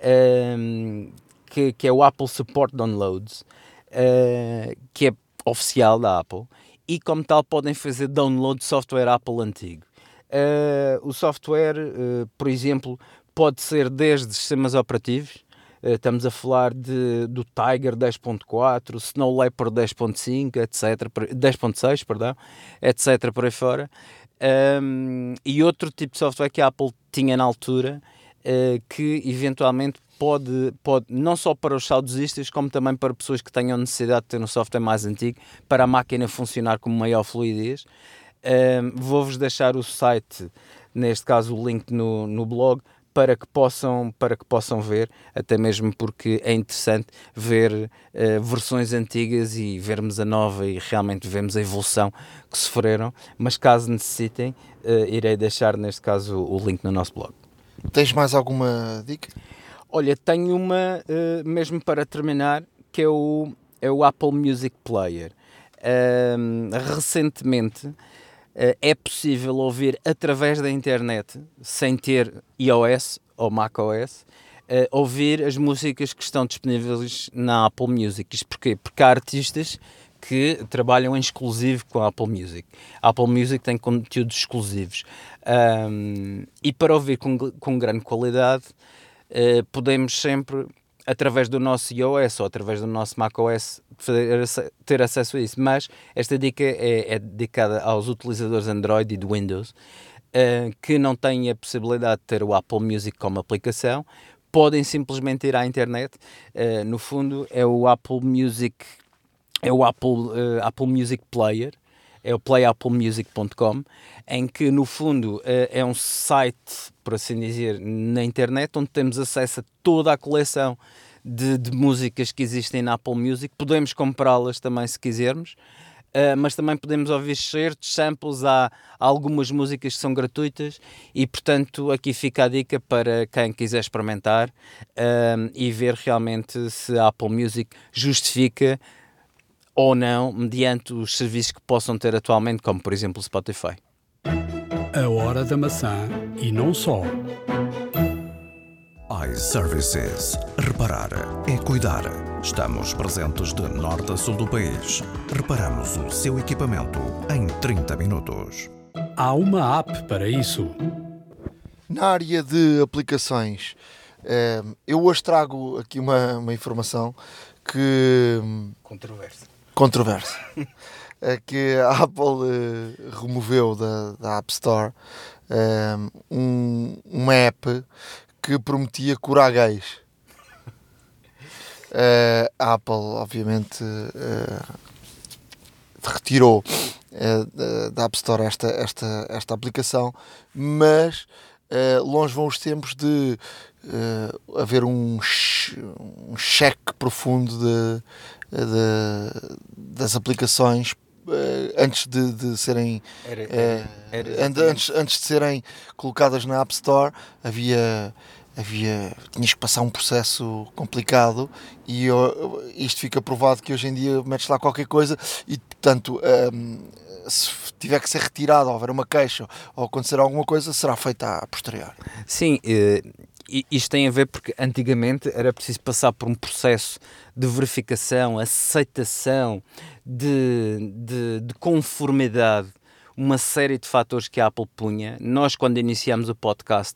que é o Apple Support Downloads, que é oficial da Apple, e como tal podem fazer download de software Apple antigo. O software, por exemplo, pode ser desde sistemas operativos, estamos a falar do Tiger 10.4, Snow Leopard 10.5, etc, 10.6, perdão, etc, por aí fora. E outro tipo de software que a Apple tinha na altura, que eventualmente pode, não só para os saudosistas, como também para pessoas que tenham necessidade de ter um software mais antigo, para a máquina funcionar com maior fluidez. Vou-vos deixar o site, neste caso o link no blog, para que possam ver, até mesmo porque é interessante ver versões antigas e vermos a nova e realmente vemos a evolução que sofreram, mas caso necessitem, irei deixar neste caso o link no nosso blog. Tens mais alguma dica? Olha, tenho uma, mesmo para terminar, que é o Apple Music Player. Recentemente é possível ouvir através da internet, sem ter iOS ou macOS, ouvir as músicas que estão disponíveis na Apple Music. Isto porquê? Porque há artistas que trabalham em exclusivo com a Apple Music. A Apple Music tem conteúdos exclusivos. E para ouvir com grande qualidade, podemos sempre, através do nosso iOS ou através do nosso macOS, ter acesso a isso. Mas esta dica é dedicada aos utilizadores Android e de Windows, que não têm a possibilidade de ter o Apple Music como aplicação. Podem simplesmente ir à internet. No fundo, é o Apple Music, é o Apple Music Player, é o playapplemusic.com, em que no fundo é um site, por assim dizer, na internet, onde temos acesso a toda a coleção de músicas que existem na Apple Music. Podemos comprá-las também se quisermos, mas também podemos ouvir certos samples. Há algumas músicas que são gratuitas e, portanto, aqui fica a dica para quem quiser experimentar e ver realmente se a Apple Music justifica ou não, mediante os serviços que possam ter atualmente, como por exemplo o Spotify. A Hora da Maçã e não só. iServices. Reparar é cuidar. Estamos presentes de norte a sul do país. Reparamos o seu equipamento em 30 minutos. Há uma app para isso. Na área de aplicações, eu hoje trago aqui uma informação que... Controversa. Que a Apple removeu da App Store uma app que prometia curar gays. A Apple, obviamente, retirou da App Store esta aplicação, mas longe vão os tempos de haver um cheque profundo das aplicações antes de serem antes de serem colocadas na App Store. Tinhas que passar um processo complicado e isto fica provado que hoje em dia metes lá qualquer coisa e, portanto, se tiver que ser retirado ou houver uma queixa ou acontecer alguma coisa, será feita a posteriori. Sim, isto tem a ver porque antigamente era preciso passar por um processo de verificação, aceitação, de conformidade, uma série de fatores que a Apple punha. Nós, quando iniciámos o podcast,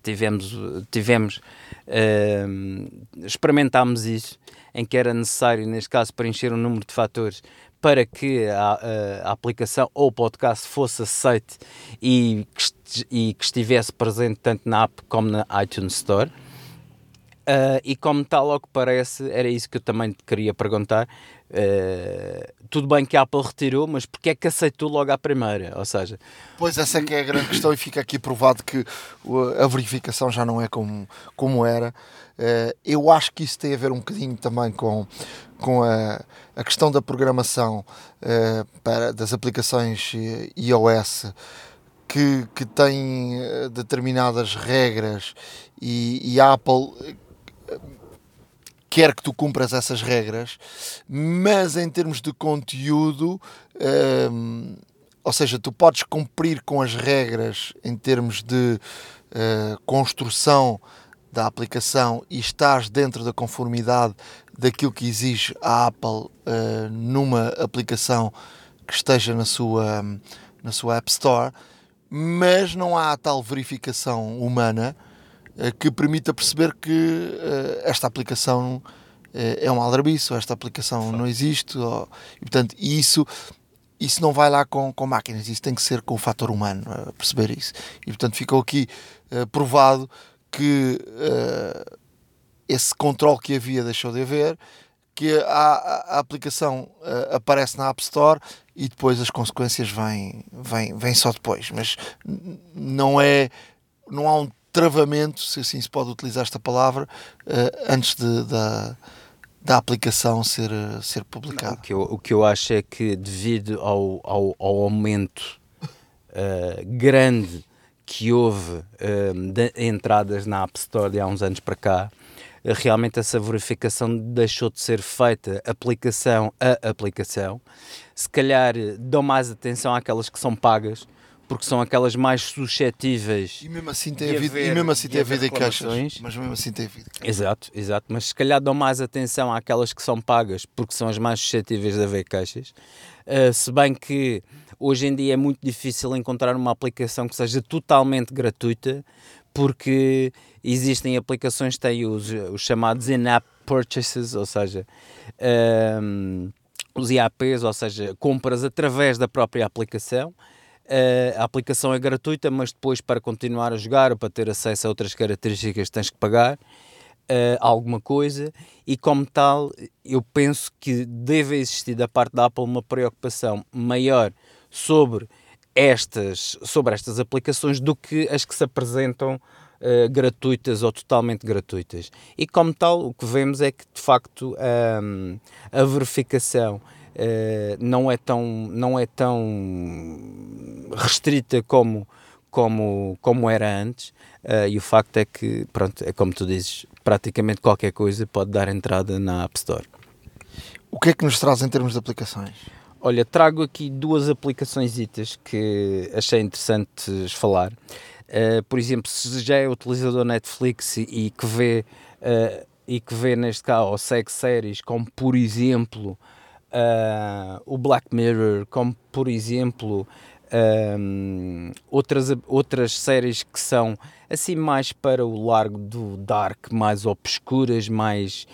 experimentámos isso, em que era necessário, neste caso, preencher um número de fatores para que a aplicação ou o podcast fosse aceite e que estivesse presente tanto na app como na iTunes Store. E como tal, ao que parece, era isso que eu também te queria perguntar. Tudo bem que a Apple retirou, mas porque é que aceitou logo à primeira? Ou seja... Pois, essa é que é a grande questão e fica aqui provado que a verificação já não é como era. Eu acho que isso tem a ver um bocadinho também com a questão da programação das aplicações iOS, que tem determinadas regras e a Apple quer que tu cumpras essas regras, mas em termos de conteúdo, ou seja, tu podes cumprir com as regras em termos de construção da aplicação e estás dentro da conformidade daquilo que exige a Apple numa aplicação que esteja na sua App Store, mas não há a tal verificação humana que permita perceber que esta aplicação é um aldrabiço, esta aplicação não existe, e portanto isso isso não vai lá com máquinas, isso tem que ser com o fator humano, a perceber isso. E portanto ficou aqui provado que esse controle que havia deixou de haver, que a aplicação aparece na App Store e depois as consequências vêm só depois. Mas não há um travamento, se assim se pode utilizar esta palavra, antes da aplicação ser publicada. O que eu acho é que devido ao aumento grande que houve de entradas na App Store de há uns anos para cá, realmente essa verificação deixou de ser feita aplicação a aplicação. Se calhar dão mais atenção àquelas que são pagas, porque são aquelas mais suscetíveis. E mesmo assim tem havido queixas. Mas mesmo assim tem havido queixas. Exato. Mas se calhar dão mais atenção àquelas que são pagas, porque são as mais suscetíveis de haver queixas. Se bem que hoje em dia é muito difícil encontrar uma aplicação que seja totalmente gratuita, porque existem aplicações que têm os chamados in-app purchases, ou seja, os IAPs, ou seja, compras através da própria aplicação. A aplicação é gratuita, mas depois para continuar a jogar ou para ter acesso a outras características tens que pagar alguma coisa, e como tal eu penso que deve existir da parte da Apple uma preocupação maior sobre estas aplicações do que as que se apresentam gratuitas ou totalmente gratuitas. E como tal o que vemos é que de facto a verificação não é tão restrita como era antes, e o facto é que, pronto, é como tu dizes, praticamente qualquer coisa pode dar entrada na App Store. O que é que nos traz em termos de aplicações? Olha, trago aqui duas aplicaçõezinhas que achei interessantes falar. Por exemplo, se já é utilizador Netflix e que vê neste caso, ou segue séries como, por exemplo, o Black Mirror, como por exemplo outras séries que são assim mais para o largo do dark, mais obscuras, mais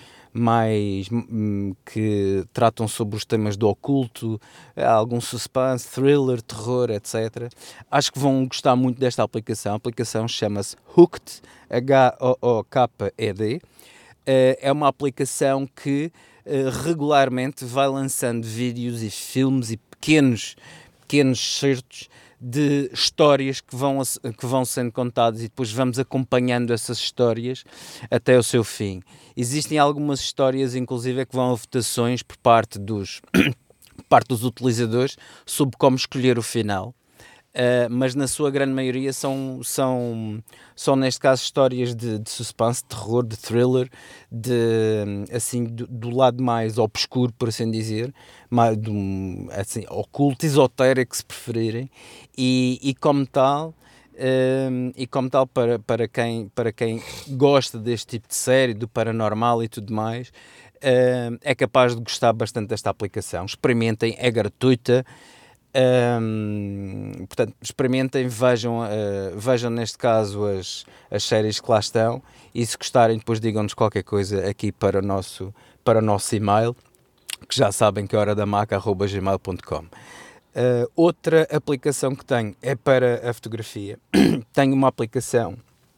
que tratam sobre os temas do oculto, algum suspense, thriller, terror, etc. Acho que vão gostar muito desta aplicação. A aplicação chama-se Hooked, Hooked. É uma aplicação que regularmente vai lançando vídeos e filmes e pequenos certos de histórias que vão sendo contadas, e depois vamos acompanhando essas histórias até o seu fim. Existem algumas histórias, inclusive, que vão a votações por parte dos utilizadores sobre como escolher o final. Mas na sua grande maioria são neste caso histórias de suspense, de terror, de thriller, do lado mais obscuro, por assim dizer, mais assim, oculto, esotérico, se preferirem, e como tal para quem gosta deste tipo de série, do paranormal e tudo mais, é capaz de gostar bastante desta aplicação. Experimentem, é gratuita. Portanto, experimentem, vejam neste caso as séries que lá estão, e se gostarem depois digam-nos qualquer coisa aqui para o nosso e-mail, que já sabem que é horadamaca@gmail.com. Outra aplicação que tenho é para a fotografia. Tenho uma aplicação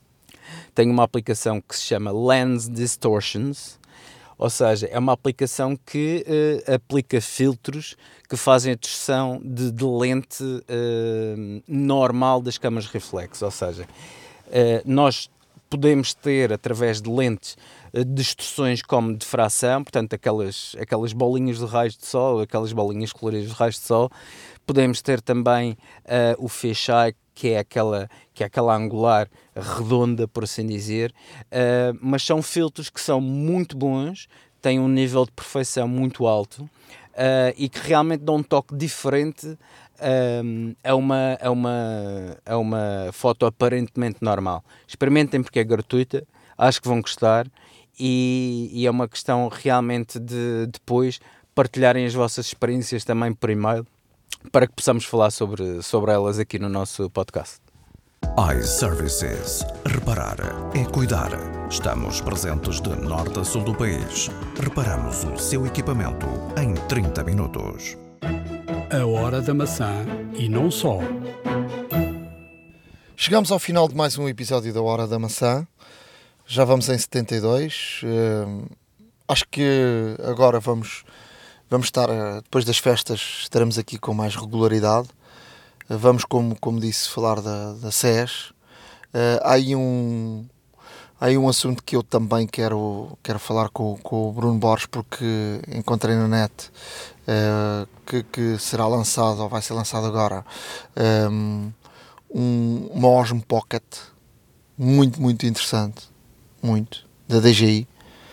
que se chama Lens Distortions. Ou seja, é uma aplicação que aplica filtros que fazem a distorção de lente normal das câmaras reflex. Ou seja, nós podemos ter, através de lentes, distorções como diffração, portanto, aquelas bolinhas de raios de sol, aquelas bolinhas coloridas de raios de sol. Podemos ter também o fisheye, que é aquela angular redonda, por assim dizer, mas são filtros que são muito bons, têm um nível de perfeição muito alto, e que realmente dão um toque diferente a uma foto aparentemente normal. Experimentem, porque é gratuita, acho que vão gostar, e é uma questão realmente de depois partilharem as vossas experiências também por e-mail, para que possamos falar sobre elas aqui no nosso podcast. iServices. Reparar é cuidar. Estamos presentes de norte a sul do país. Reparamos o seu equipamento em 30 minutos. A Hora da Maçã e não só. Chegamos ao final de mais um episódio da Hora da Maçã. Já vamos em 72. Acho que agora vamos estar, depois das festas, estaremos aqui com mais regularidade. Vamos, como disse, falar da SES. Há aí um assunto que eu também quero falar com o Bruno Borges, porque encontrei na net que será lançado, ou vai ser lançado agora, uma Osmo Pocket muito interessante, da DJI.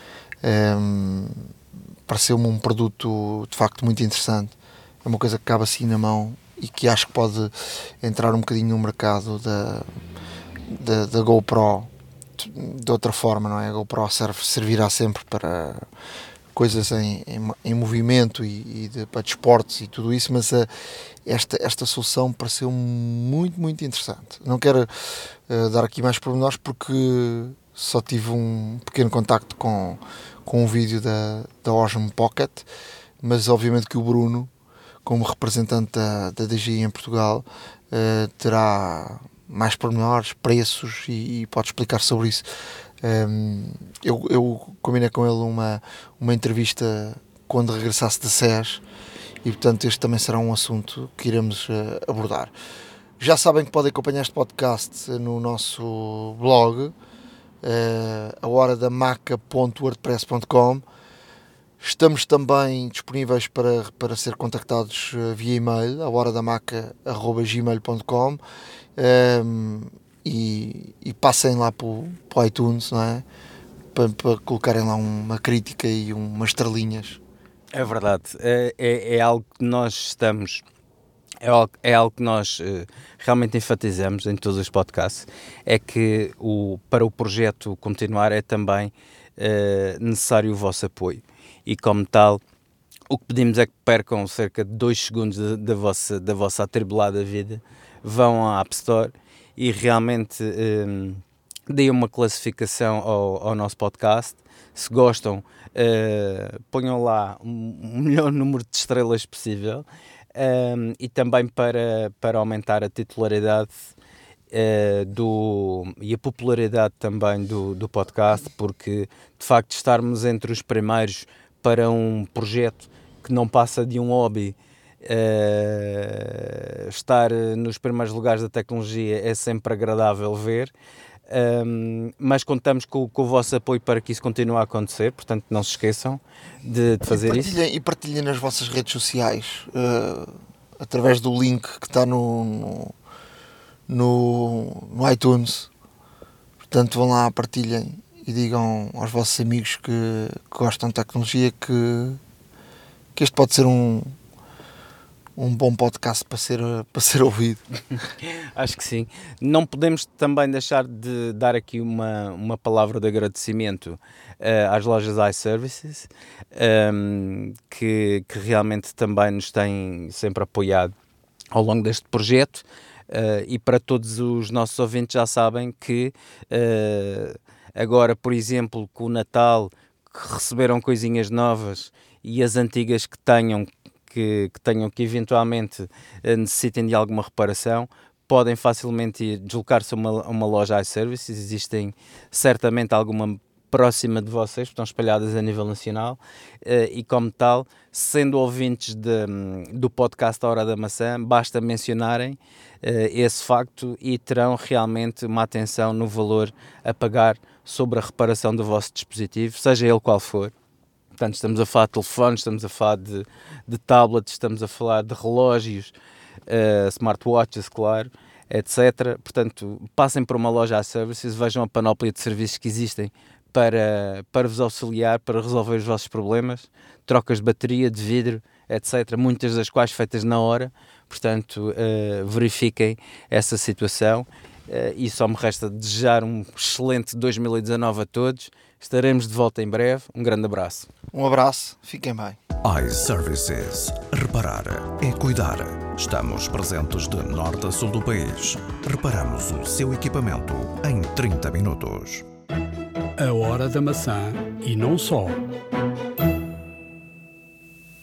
Pareceu-me um produto de facto muito interessante. É uma coisa que cabe assim na mão e que acho que pode entrar um bocadinho no mercado da GoPro de outra forma, não é? A GoPro servirá sempre para coisas em movimento e para desportos e tudo isso, mas esta solução pareceu muito interessante. Não quero dar aqui mais pormenores porque só tive um pequeno contacto com um vídeo da Osmo Pocket, mas obviamente que o Bruno, como representante da DJI em Portugal, terá mais pormenores, preços e pode explicar sobre isso. Eu combinei com ele uma entrevista quando regressasse da SES e portanto este também será um assunto que iremos abordar. Já sabem que podem acompanhar este podcast no nosso blog, ahoradamaca.wordpress.com. Estamos também disponíveis para ser contactados via e-mail, ahoradamaca@gmail.com, e passem lá para o iTunes, não é? Para colocarem lá uma crítica e umas estrelinhas. É verdade, é algo que nós estamos... É algo que nós realmente enfatizamos em todos os podcasts, é que para o projeto continuar é também necessário o vosso apoio. E como tal, o que pedimos é que percam cerca de 2 segundos da vossa atribulada vida, vão à App Store e realmente deem uma classificação ao nosso podcast. Se gostam, ponham lá o melhor número de estrelas possível. E também para aumentar a titularidade e a popularidade também do podcast, porque de facto estarmos entre os primeiros para um projeto que não passa de um hobby, estar nos primeiros lugares da tecnologia é sempre agradável ver. Mas contamos com o vosso apoio para que isso continue a acontecer, portanto não se esqueçam de fazer isso. E partilhem nas vossas redes sociais, através do link que está no iTunes. Portanto vão lá, partilhem e digam aos vossos amigos que gostam de tecnologia que este pode ser um bom podcast para ser ouvido. Acho que sim. Não podemos também deixar de dar aqui uma palavra de agradecimento às lojas iServices, que realmente também nos têm sempre apoiado ao longo deste projeto, e para todos os nossos ouvintes já sabem que agora, por exemplo, com o Natal, que receberam coisinhas novas e as antigas que tenham que eventualmente necessitem de alguma reparação, podem facilmente deslocar-se a uma loja iServices. Existem certamente alguma próxima de vocês, estão espalhadas a nível nacional, e como tal, sendo ouvintes do podcast A Hora da Maçã, basta mencionarem esse facto e terão realmente uma atenção no valor a pagar sobre a reparação do vosso dispositivo, seja ele qual for. Portanto, estamos a falar de telefones, estamos a falar de tablets, estamos a falar de relógios, smartwatches, claro, etc. Portanto, passem por uma loja iServices, vejam a panóplia de serviços que existem para vos auxiliar, para resolver os vossos problemas, trocas de bateria, de vidro, etc. Muitas das quais feitas na hora. Portanto, verifiquem essa situação. E só me resta desejar um excelente 2019 a todos. Estaremos de volta em breve. Um grande abraço. Um abraço, fiquem bem. iServices. Reparar é cuidar. Estamos presentes de norte a sul do país. Reparamos o seu equipamento em 30 minutos. A Hora da Maçã e não só.